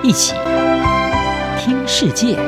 一起听世界。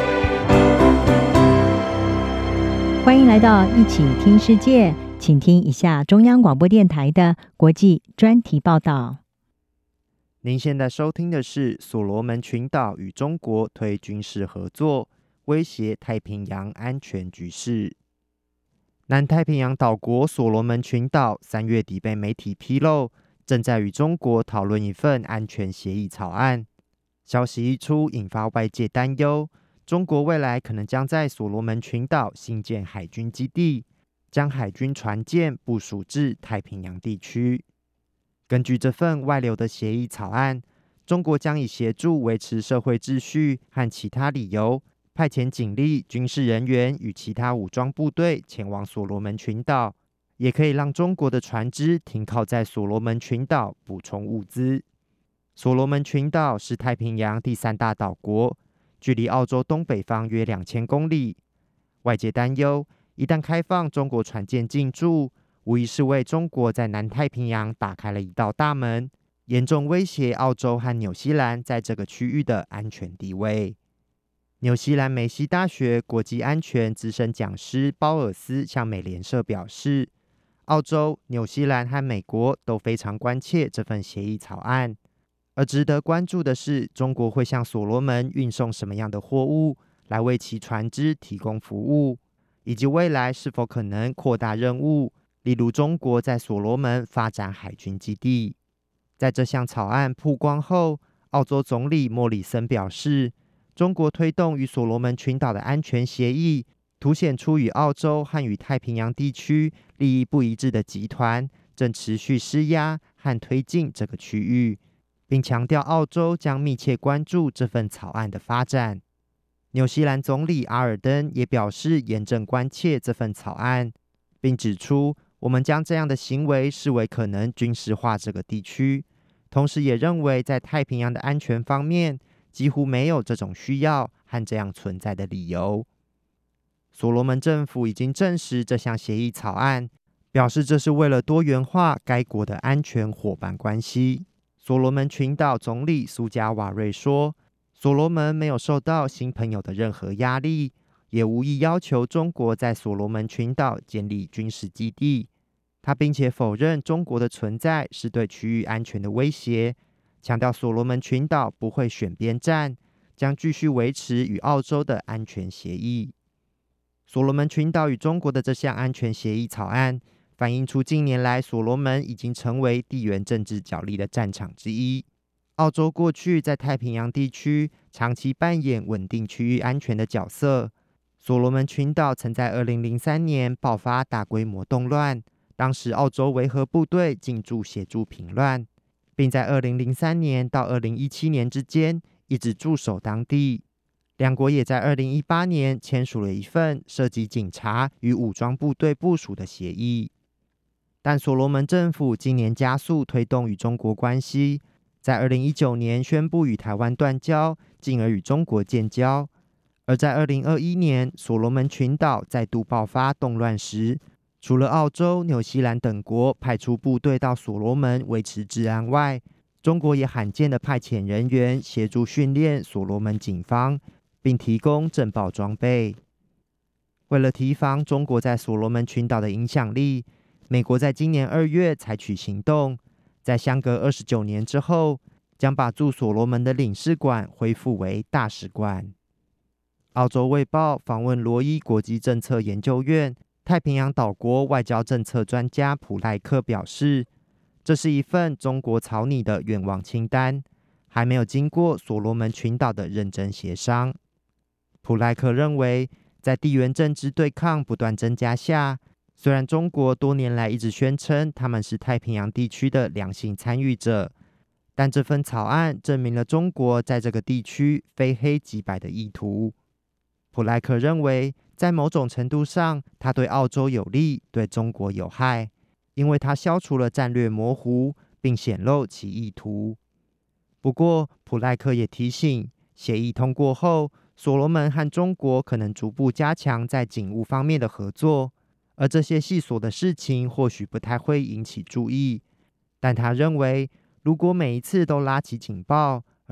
欢迎来到一起听世界，请听一下中央广播电台的国际专题报道。 您现在收听的是所罗门群岛与中国推军事合作，威胁太平洋安全局势。南太平洋岛国所罗门群岛3月底被媒体披露，正在与中国讨论一份安全协议草案。消息一出，引发外界担忧，中国未来可能将在所罗门群岛新建海军基地，将海军船舰部署至太平洋地区。根据这份外流的协议草案，中国将以协助维持社会秩序和其他理由，派遣警力、军事人员与其他武装部队前往所罗门群岛，也可以让中国的船只停靠在所罗门群岛补充物资。所罗门群岛是太平洋第3大岛国，距离澳洲东北方约2000公里。外界担忧，一旦开放中国船舰进驻，无疑是为中国在南太平洋打开了一道大门，严重威胁澳洲和纽西兰在这个区域的安全地位。纽西兰梅西大学国际安全资深讲师鲍尔斯向美联社表示，澳洲、纽西兰和美国都非常关切这份协议草案，而值得关注的是，中国会向所罗门运送什么样的货物来为其船只提供服务，以及未来是否可能扩大任务，例如中国在所罗门发展海军基地。在这项草案曝光后，澳洲总理莫里森表示，中国推动与所罗门群岛的安全协议，凸显出与澳洲和与太平洋地区利益不一致的集团正持续施压和推进这个区域，并强调澳洲将密切关注这份草案的发展。纽西兰总理阿尔登也表示严正关切这份草案，并指出，我们将这样的行为视为可能军事化这个地区，同时也认为在太平洋的安全方面几乎没有这种需要和这样存在的理由。所罗门政府已经证实这项协议草案，表示这是为了多元化该国的安全伙伴关系。所罗门群岛总理苏加瓦瑞说，所罗门没有受到新朋友的任何压力，也无意要求中国在所罗门群岛建立军事基地。他并且否认中国的存在是对区域安全的威胁，强调所罗门群岛不会选边站，将继续维持与澳洲的安全协议。所罗门群岛与中国的这项安全协议草案，反映出近年来所罗门已经成为地缘政治角力的战场之一。澳洲过去在太平洋地区长期扮演稳定区域安全的角色。所罗门群岛曾在2003年爆发大规模动乱，当时澳洲维和部队进驻协助平乱，并在2003年到2017年之间一直驻守当地。两国也在2018年签署了一份涉及警察与武装部队部署的协议。但所罗门政府今年加速推动与中国关系，在2019年宣布与台湾断交，进而与中国建交。而在2021年所罗门群岛再度爆发动乱时，除了澳洲、纽西兰等国派出部队到所罗门维持治安外，中国也罕见的派遣人员协助训练所罗门警方，并提供政报装备。为了提防中国在所罗门群岛的影响力，美国在今年2月采取行动，在相隔29年之后，将把驻所罗门的领事馆恢复为大使馆。澳洲卫报访问罗伊国际政策研究院太平洋岛国外交政策专家普赖克表示，这是一份中国草拟的愿望清单，还没有经过所罗门群岛的认真协商。普赖克认为，在地缘政治对抗不断增加下，虽然中国多年来一直宣称他们是太平洋地区的良性参与者，但这份草案证明了中国在这个地区非黑即白的意图。普赖克认为，在某种程度上，它对澳洲有利，对中国有害，因为它消除了战略模糊，并显露其意图。不过，普赖克也提醒，协议通过后，所罗门和中国可能逐步加强在警务方面的合作，而这些细琐的事情或许不太会引起注意。但他认为，如果每一次都拉起警报，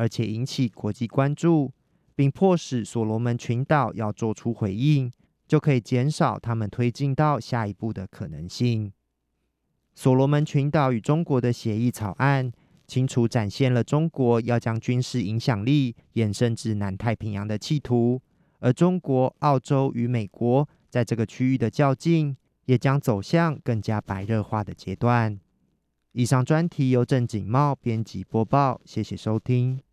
而且引起国际关注，并迫使所罗门群岛要做出回应，就可以减少他们推进到下一步的可能性。所罗门群岛与中国的协议草案，清楚展现了中国要将军事影响力延伸至南太平洋的企图，而中国、澳洲与美国在这个区域的较劲，也将走向更加白热化的阶段。以上专题由郑景茂编辑播报，谢谢收听。